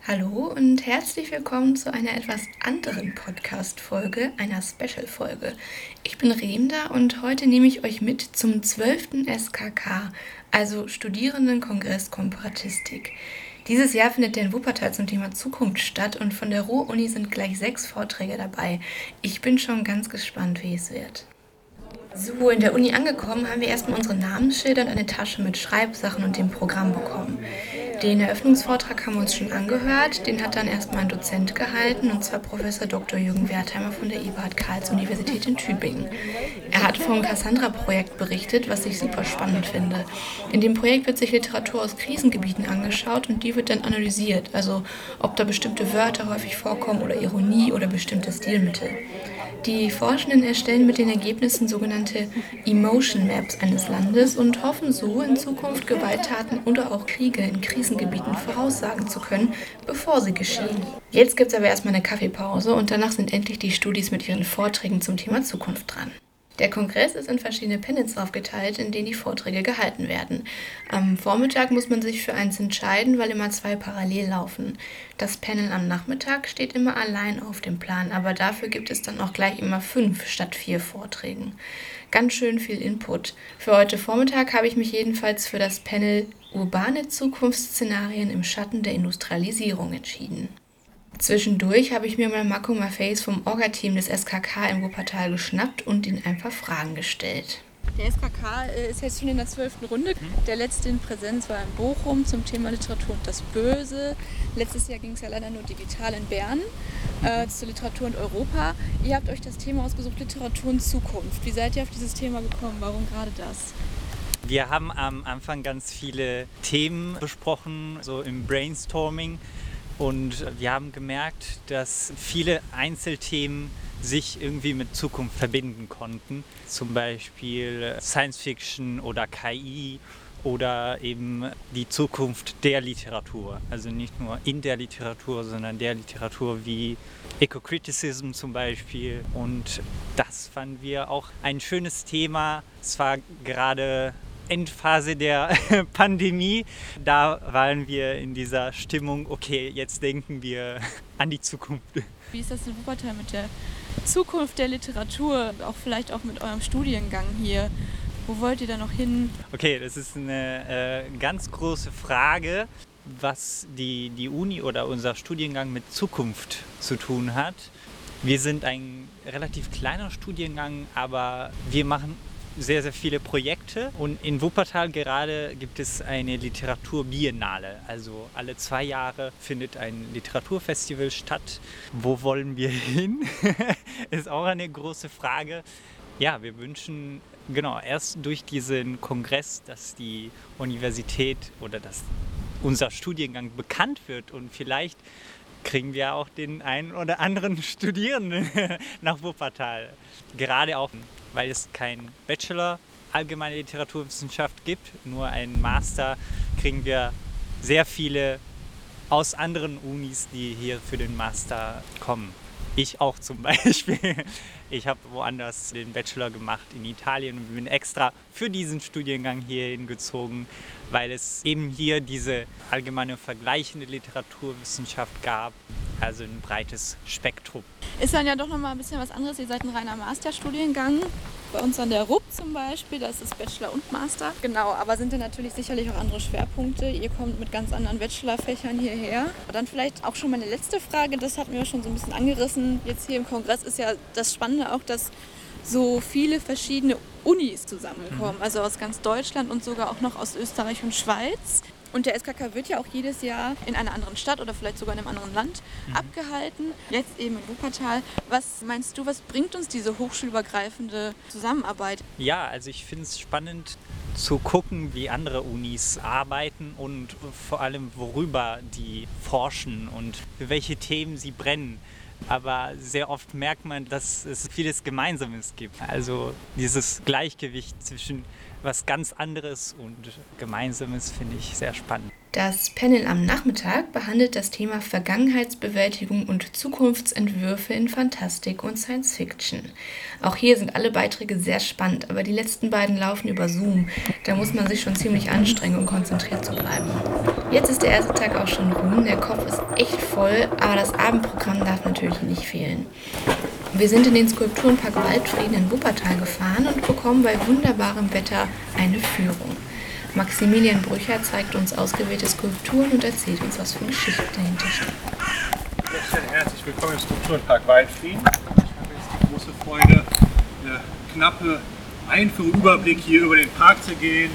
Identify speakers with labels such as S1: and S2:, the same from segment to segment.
S1: Hallo und herzlich willkommen zu einer etwas anderen Podcast-Folge, einer Special-Folge. Ich bin Remda und heute nehme ich euch mit zum 12. SKK, also Studierendenkongress Komparatistik. Dieses Jahr findet der in Wuppertal zum Thema Zukunft statt und von der Ruhr-Uni sind gleich 6 Vorträge dabei. Ich bin schon ganz gespannt, wie es wird. So, in der Uni angekommen, haben wir erstmal unsere Namensschilder und eine Tasche mit Schreibsachen und dem Programm bekommen. Den Eröffnungsvortrag haben wir uns schon angehört, den hat dann erstmal ein Dozent gehalten, und zwar Professor Dr. Jürgen Wertheimer von der Eberhard-Karls-Universität in Tübingen. Er hat vom Cassandra-Projekt berichtet, was ich super spannend finde. In dem Projekt wird sich Literatur aus Krisengebieten angeschaut und die wird dann analysiert, also ob da bestimmte Wörter häufig vorkommen oder Ironie oder bestimmte Stilmittel. Die Forschenden erstellen mit den Ergebnissen sogenannte Emotion Maps eines Landes und hoffen so, in Zukunft Gewalttaten oder auch Kriege in Krisengebieten voraussagen zu können, bevor sie geschehen. Jetzt gibt es aber erstmal eine Kaffeepause und danach sind endlich die Studis mit ihren Vorträgen zum Thema Zukunft dran. Der Kongress ist in verschiedene Panels aufgeteilt, in denen die Vorträge gehalten werden. Am Vormittag muss man sich für eins entscheiden, weil immer 2 parallel laufen. Das Panel am Nachmittag steht immer allein auf dem Plan, aber dafür gibt es dann auch gleich immer 5 statt 4 Vorträgen. Ganz schön viel Input. Für heute Vormittag habe ich mich jedenfalls für das Panel Urbane Zukunftsszenarien im Schatten der Industrialisierung entschieden. Zwischendurch habe ich mir mal Marco Maffeis vom Orga-Team des SKK in Wuppertal geschnappt und ihm einfach Fragen gestellt.
S2: Der SKK ist jetzt schon in der 12. Runde. Der letzte in Präsenz war in Bochum zum Thema Literatur und das Böse. Letztes Jahr ging es ja leider nur digital in Bern zur Literatur und Europa. Ihr habt euch das Thema ausgesucht, Literatur und Zukunft. Wie seid ihr auf dieses Thema gekommen? Warum gerade das?
S3: Wir haben am Anfang ganz viele Themen besprochen, so im Brainstorming. Und wir haben gemerkt, dass viele Einzelthemen sich irgendwie mit Zukunft verbinden konnten. Zum Beispiel Science Fiction oder KI oder eben die Zukunft der Literatur. Also nicht nur in der Literatur, sondern der Literatur wie Eco-Criticism zum Beispiel. Und das fanden wir auch ein schönes Thema. Es war gerade Endphase der Pandemie, da waren wir in dieser Stimmung, okay, jetzt denken wir an die Zukunft.
S2: Wie ist das in Wuppertal mit der Zukunft der Literatur, auch vielleicht auch mit eurem Studiengang hier? Wo wollt ihr da noch hin?
S3: Okay, das ist eine ganz große Frage, was die Uni oder unser Studiengang mit Zukunft zu tun hat. Wir sind ein relativ kleiner Studiengang, aber wir machen sehr, sehr viele Projekte, und in Wuppertal gerade gibt es eine Literaturbiennale. Also alle 2 Jahre findet ein Literaturfestival statt. Wo wollen wir hin? Ist auch eine große Frage. Ja, wir wünschen erst durch diesen Kongress, dass die Universität oder dass unser Studiengang bekannt wird, und vielleicht kriegen wir auch den einen oder anderen Studierenden nach Wuppertal. Gerade auch, weil es kein Bachelor Allgemeine Literaturwissenschaft gibt, nur einen Master, kriegen wir sehr viele aus anderen Unis, die hier für den Master kommen. Ich auch zum Beispiel. Ich habe woanders den Bachelor gemacht in Italien und bin extra für diesen Studiengang hierhin gezogen, weil es eben hier diese allgemeine vergleichende Literaturwissenschaft gab, also ein breites Spektrum.
S2: Ist dann ja doch nochmal ein bisschen was anderes. Ihr seid ein reiner Masterstudiengang. Bei uns an der RUB zum Beispiel, da ist es Bachelor und Master. Genau, aber sind dann natürlich sicherlich auch andere Schwerpunkte. Ihr kommt mit ganz anderen Bachelorfächern hierher. Dann vielleicht auch schon meine letzte Frage, das hatten wir schon so ein bisschen angerissen. Jetzt hier im Kongress ist ja das Spannende auch, dass so viele verschiedene Unis zusammenkommen. Also aus ganz Deutschland und sogar auch noch aus Österreich und Schweiz. Und der SKK wird ja auch jedes Jahr in einer anderen Stadt oder vielleicht sogar in einem anderen Land abgehalten. Jetzt eben in Wuppertal. Was meinst du, was bringt uns diese hochschulübergreifende Zusammenarbeit?
S3: Ja, also ich finde es spannend zu gucken, wie andere Unis arbeiten und vor allem, worüber die forschen und für welche Themen sie brennen. Aber sehr oft merkt man, dass es vieles Gemeinsames gibt. Also dieses Gleichgewicht zwischen was ganz anderes und Gemeinsames finde ich sehr spannend.
S1: Das Panel am Nachmittag behandelt das Thema Vergangenheitsbewältigung und Zukunftsentwürfe in Fantastik und Science Fiction. Auch hier sind alle Beiträge sehr spannend, aber die letzten beiden laufen über Zoom. Da muss man sich schon ziemlich anstrengen, um konzentriert zu bleiben. Jetzt ist der erste Tag auch schon rum, der Kopf ist echt voll, aber das Abendprogramm darf natürlich nicht fehlen. Wir sind in den Skulpturenpark Waldfrieden in Wuppertal gefahren und bekommen bei wunderbarem Wetter eine Führung. Maximilian Brücher zeigt uns ausgewählte Skulpturen und erzählt uns, was für Geschichten dahinter stecken.
S4: Herzlich willkommen im Skulpturenpark Waldfrieden. Ich habe jetzt die große Freude, eine knappe Einführung, Überblick hier über den Park zu gehen.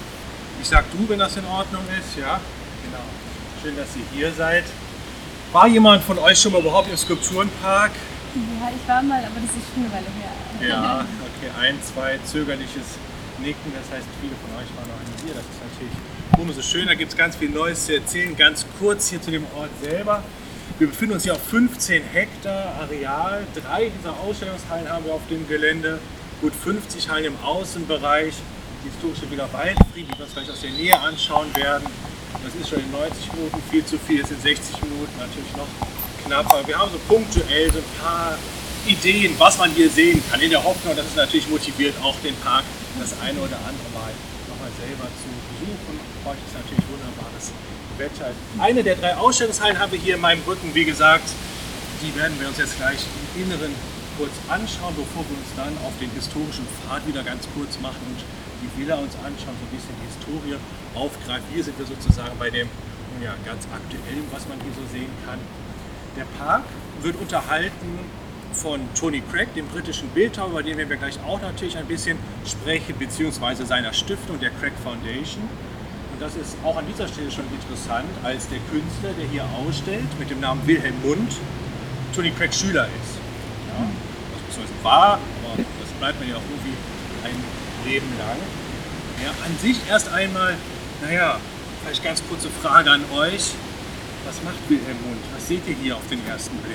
S4: Ich sag du, wenn das in Ordnung ist, ja? Genau. Schön, dass ihr hier seid. War jemand von euch schon mal überhaupt im Skulpturenpark?
S2: Ja, ich war mal, aber das ist schon eine Weile her.
S4: Ja, okay, 1, 2 zögerliches Nicken, das heißt, viele von euch waren noch nie hier. Das ist natürlich umso schöner, da gibt es ganz viel Neues zu erzählen. Ganz kurz hier zu dem Ort selber. Wir befinden uns hier auf 15 Hektar Areal. 3 dieser Ausstellungshallen haben wir auf dem Gelände. Gut 50 Hallen im Außenbereich. Die historische Villa Waldfrieden, die wir uns gleich aus der Nähe anschauen werden. Das ist schon in 90 Minuten viel zu viel, es sind 60 Minuten natürlich noch knapper. Wir haben so punktuell so ein paar Ideen, was man hier sehen kann, in der Hoffnung, dass es natürlich motiviert, auch den Park das eine oder andere Mal nochmal selber zu besuchen. Heute ist natürlich wunderbares Wetter. Eine der 3 Ausstellungshallen haben wir hier in meinem Rücken, wie gesagt, die werden wir uns jetzt gleich im Inneren kurz anschauen, bevor wir uns dann auf den historischen Pfad wieder ganz kurz machen und die Villa uns anschauen, so ein bisschen die Historie aufgreifen. Hier sind wir sozusagen bei dem ganz aktuellen, was man hier so sehen kann. Der Park wird unterhalten von Tony Craig, dem britischen Bildhauer, über den werden wir gleich auch natürlich ein bisschen sprechen, beziehungsweise seiner Stiftung, der Craig Foundation. Und das ist auch an dieser Stelle schon interessant, als der Künstler, der hier ausstellt, mit dem Namen Wilhelm Mund, Tony Craigs Schüler ist. Ja, das war, aber das bleibt man ja auch irgendwie ein Leben lang. Ja, an sich erst einmal, vielleicht ganz kurze Frage an euch. Was macht Wilhelm Mund? Was seht ihr hier auf den ersten Blick?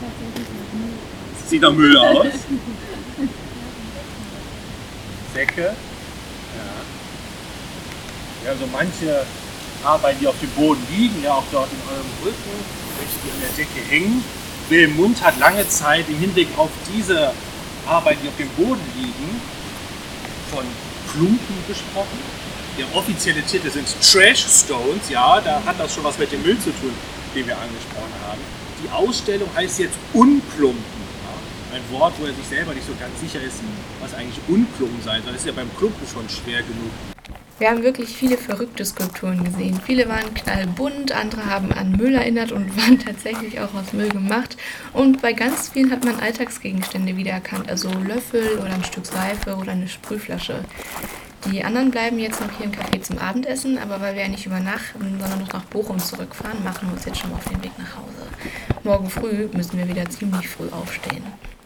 S4: Sieht nach Müll aus. Säcke. Ja. Wir haben so manche Arbeiten, die auf dem Boden liegen, ja auch dort in eurem Rücken, welche die an der Decke hängen. Wilhelm Mund hat lange Zeit im Hinblick auf diese Arbeiten, die auf dem Boden liegen, von Klumpen gesprochen. Der offizielle Titel sind Trash Stones, ja, da hat das schon was mit dem Müll zu tun, den wir angesprochen haben. Die Ausstellung heißt jetzt Unklumpen. Ja? Ein Wort, wo er sich selber nicht so ganz sicher ist, was eigentlich Unklumpen sein soll. Das ist ja beim Klumpen schon schwer genug.
S1: Wir haben wirklich viele verrückte Skulpturen gesehen. Viele waren knallbunt, andere haben an Müll erinnert und waren tatsächlich auch aus Müll gemacht. Und bei ganz vielen hat man Alltagsgegenstände wiedererkannt, also Löffel oder ein Stück Seife oder eine Sprühflasche. Die anderen bleiben jetzt noch hier im Café zum Abendessen, aber weil wir ja nicht übernachten, sondern noch nach Bochum zurückfahren, machen wir uns jetzt schon mal auf den Weg nach Hause. Morgen früh müssen wir wieder ziemlich früh aufstehen.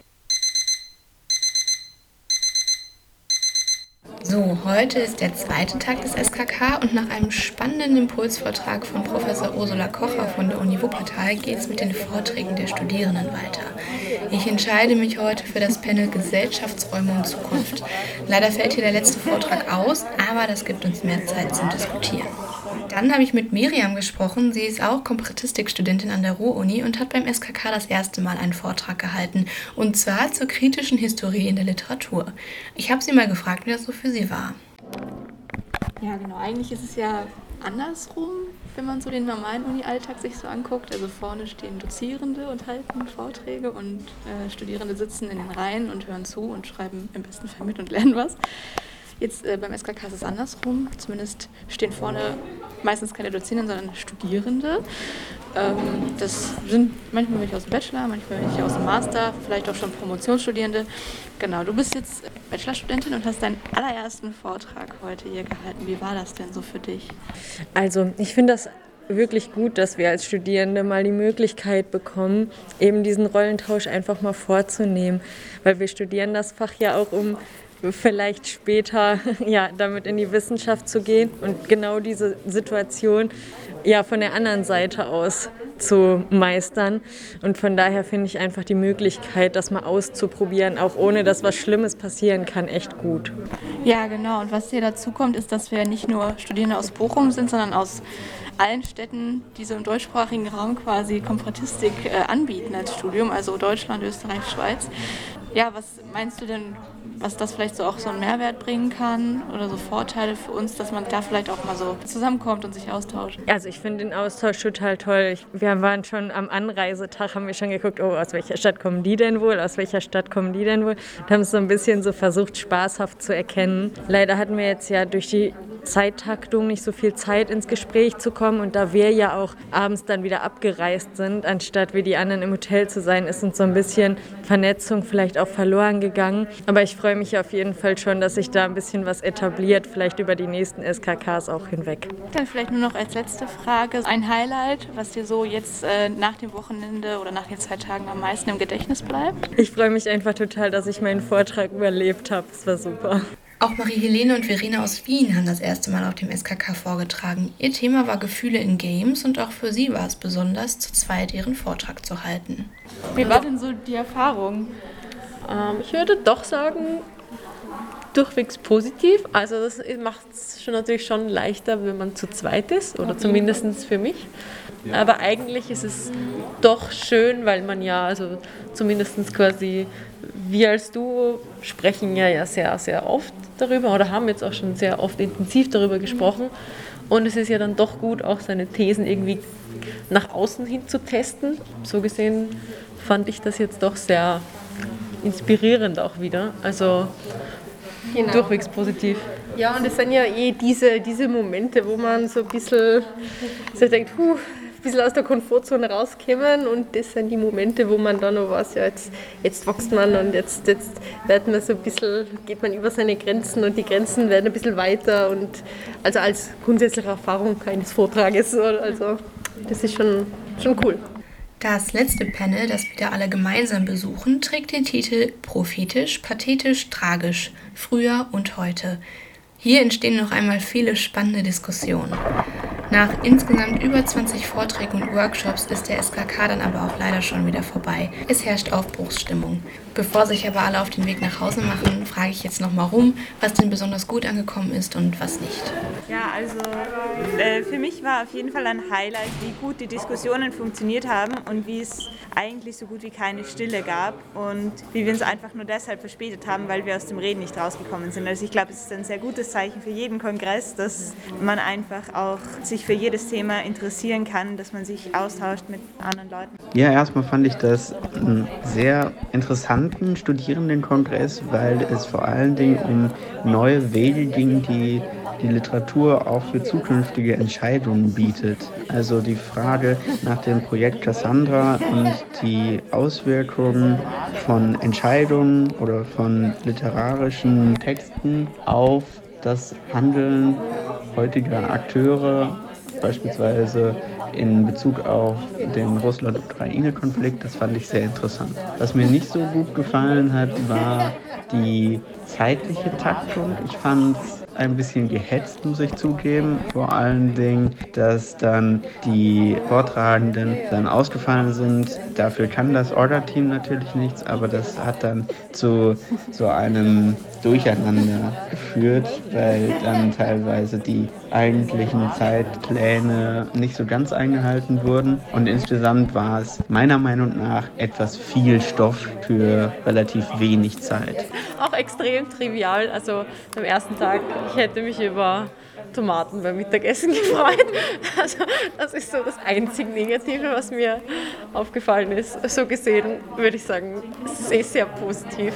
S1: So, heute ist der 2. Tag des SKK und nach einem spannenden Impulsvortrag von Professor Ursula Kocher von der Uni Wuppertal geht es mit den Vorträgen der Studierenden weiter. Ich entscheide mich heute für das Panel Gesellschaftsräume und Zukunft. Leider fällt hier der letzte Vortrag aus, aber das gibt uns mehr Zeit zum Diskutieren. Dann habe ich mit Miriam gesprochen. Sie ist auch Komparatistikstudentin an der Ruhr-Uni und hat beim SKK das erste Mal einen Vortrag gehalten. Und zwar zur kritischen Historie in der Literatur. Ich habe sie mal gefragt, wie das so für sie war.
S2: Ja, genau. Eigentlich ist es ja andersrum, wenn man so den normalen Uni-Alltag sich so anguckt. Also vorne stehen Dozierende und halten Vorträge und Studierende sitzen in den Reihen und hören zu und schreiben im besten Fall mit und lernen was. Jetzt beim SKK ist es andersrum. Zumindest stehen vorne meistens keine Dozierenden, sondern Studierende. Das sind manchmal welche aus dem Bachelor, manchmal welche aus dem Master, vielleicht auch schon Promotionsstudierende. Genau, du bist jetzt Bachelorstudentin und hast deinen allerersten Vortrag heute hier gehalten. Wie war das denn so für dich?
S5: Also, ich finde das wirklich gut, dass wir als Studierende mal die Möglichkeit bekommen, eben diesen Rollentausch einfach mal vorzunehmen. Weil wir studieren das Fach ja auch, um vielleicht später damit in die Wissenschaft zu gehen und genau diese Situation von der anderen Seite aus zu meistern. Und von daher finde ich einfach die Möglichkeit, das mal auszuprobieren, auch ohne dass was Schlimmes passieren kann, echt gut.
S2: Ja, genau. Und was hier dazu kommt, ist, dass wir nicht nur Studierende aus Bochum sind, sondern aus allen Städten, die so im deutschsprachigen Raum quasi Komparatistik anbieten als Studium, also Deutschland, Österreich, Schweiz. Ja, was meinst du denn, was das vielleicht so auch so einen Mehrwert bringen kann oder so Vorteile für uns, dass man da vielleicht auch mal so zusammenkommt und sich austauscht?
S5: Also ich finde den Austausch total toll. Wir waren schon am Anreisetag, haben wir schon geguckt, oh, aus welcher Stadt kommen die denn wohl, aus welcher Stadt kommen die denn wohl. Und haben es so ein bisschen so versucht, spaßhaft zu erkennen. Leider hatten wir jetzt ja durch die Zeittaktung nicht so viel Zeit ins Gespräch zu kommen und da wir ja auch abends dann wieder abgereist sind, anstatt wie die anderen im Hotel zu sein, ist uns so ein bisschen Vernetzung vielleicht auch verloren gegangen. Aber ich freue mich auf jeden Fall schon, dass sich da ein bisschen was etabliert, vielleicht über die nächsten SKKs auch hinweg.
S2: Dann vielleicht nur noch als letzte Frage ein Highlight, was dir so jetzt nach dem Wochenende oder nach den 2 Tagen am meisten im Gedächtnis bleibt?
S5: Ich freue mich einfach total, dass ich meinen Vortrag überlebt habe. Es war super.
S1: Auch Marie-Helene und Verena aus Wien haben das erste Mal auf dem SKK vorgetragen. Ihr Thema war Gefühle in Games und auch für sie war es besonders, zu zweit ihren Vortrag zu halten.
S2: Wie war denn so die Erfahrung?
S6: Ich würde doch sagen, durchwegs positiv. Also das macht es natürlich schon leichter, wenn man zu zweit ist, oder zumindest für mich. Aber eigentlich ist es doch schön, weil man ja, also zumindest quasi wir als Duo sprechen ja sehr, sehr oft darüber oder haben jetzt auch schon sehr oft intensiv darüber gesprochen. Und es ist ja dann doch gut, auch seine Thesen irgendwie nach außen hin zu testen. So gesehen fand ich das jetzt doch sehr inspirierend auch wieder. Also durchwegs positiv.
S7: Ja, und es sind ja diese Momente, wo man so ein bisschen so denkt, ein bisschen aus der Komfortzone rauskommen, und das sind die Momente, wo man dann noch weiß, ja, jetzt wächst man und jetzt wird man so ein bisschen, geht man über seine Grenzen und die Grenzen werden ein bisschen weiter, und also als grundsätzliche Erfahrung eines Vortrages, also das ist schon cool.
S1: Das letzte Panel, das wieder alle gemeinsam besuchen, trägt den Titel Prophetisch, Pathetisch, Tragisch, früher und heute. Hier entstehen noch einmal viele spannende Diskussionen. Nach insgesamt über 20 Vorträgen und Workshops ist der SKK dann aber auch leider schon wieder vorbei. Es herrscht Aufbruchsstimmung. Bevor sich aber alle auf den Weg nach Hause machen, frage ich jetzt nochmal rum, was denn besonders gut angekommen ist und was nicht.
S8: Ja, also für mich war auf jeden Fall ein Highlight, wie gut die Diskussionen funktioniert haben und wie es eigentlich so gut wie keine Stille gab und wie wir uns einfach nur deshalb verspätet haben, weil wir aus dem Reden nicht rausgekommen sind. Also ich glaube, es ist ein sehr gutes Zeichen für jeden Kongress, dass man einfach auch sich für jedes Thema interessieren kann, dass man sich austauscht mit anderen Leuten.
S9: Ja, erstmal fand ich das einen sehr interessanten Studierendenkongress, weil es vor allen Dingen um neue Wege ging, die Literatur auch für zukünftige Entscheidungen bietet. Also die Frage nach dem Projekt Cassandra und die Auswirkungen von Entscheidungen oder von literarischen Texten auf das Handeln heutiger Akteure, beispielsweise in Bezug auf den Russland-Ukraine-Konflikt, das fand ich sehr interessant. Was mir nicht so gut gefallen hat, war die zeitliche Taktung. Ich fand es ein bisschen gehetzt, muss ich zugeben. Vor allen Dingen, dass dann die Vortragenden dann ausgefallen sind. Dafür kann das Orga-Team natürlich nichts, aber das hat dann zu so einem Durcheinander geführt, weil dann teilweise die eigentlichen Zeitpläne nicht so ganz eingehalten wurden. Und insgesamt war es meiner Meinung nach etwas viel Stoff für relativ wenig Zeit.
S6: Auch extrem trivial. Also am ersten Tag, ich hätte mich über Tomaten beim Mittagessen gefreut. Also das ist so das einzig Negative, was mir aufgefallen ist. So gesehen würde ich sagen, es ist sehr positiv.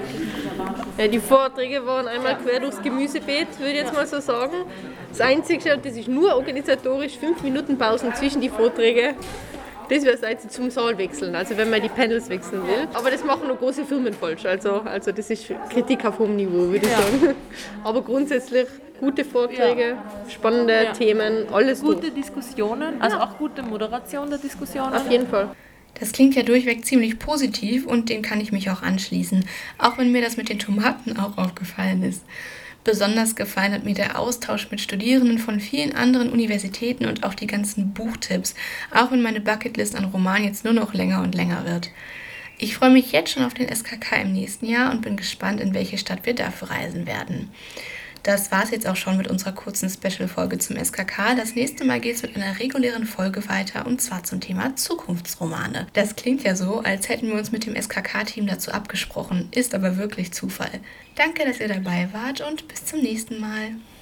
S7: Ja, die Vorträge waren einmal quer durchs Gemüsebeet, würde ich jetzt mal so sagen. Das Einzige, und das ist nur organisatorisch, 5 Minuten Pausen zwischen die Vorträge. Das wäre das Einzige zum Saal wechseln, also wenn man die Panels wechseln will. Aber das machen noch große Firmen falsch, also das ist Kritik auf hohem Niveau, würde ich sagen. Aber grundsätzlich gute Vorträge, spannende Themen, alles
S6: gute Diskussionen, also auch gute Moderation der Diskussionen.
S7: Auf jeden Fall.
S1: Das klingt ja durchweg ziemlich positiv und dem kann ich mich auch anschließen, auch wenn mir das mit den Tomaten auch aufgefallen ist. Besonders gefallen hat mir der Austausch mit Studierenden von vielen anderen Universitäten und auch die ganzen Buchtipps, auch wenn meine Bucketlist an Romanen jetzt nur noch länger und länger wird. Ich freue mich jetzt schon auf den SKK im nächsten Jahr und bin gespannt, in welche Stadt wir dafür reisen werden. Das war's jetzt auch schon mit unserer kurzen Special-Folge zum SKK. Das nächste Mal geht's mit einer regulären Folge weiter und zwar zum Thema Zukunftsromane. Das klingt ja so, als hätten wir uns mit dem SKK-Team dazu abgesprochen, ist aber wirklich Zufall. Danke, dass ihr dabei wart und bis zum nächsten Mal.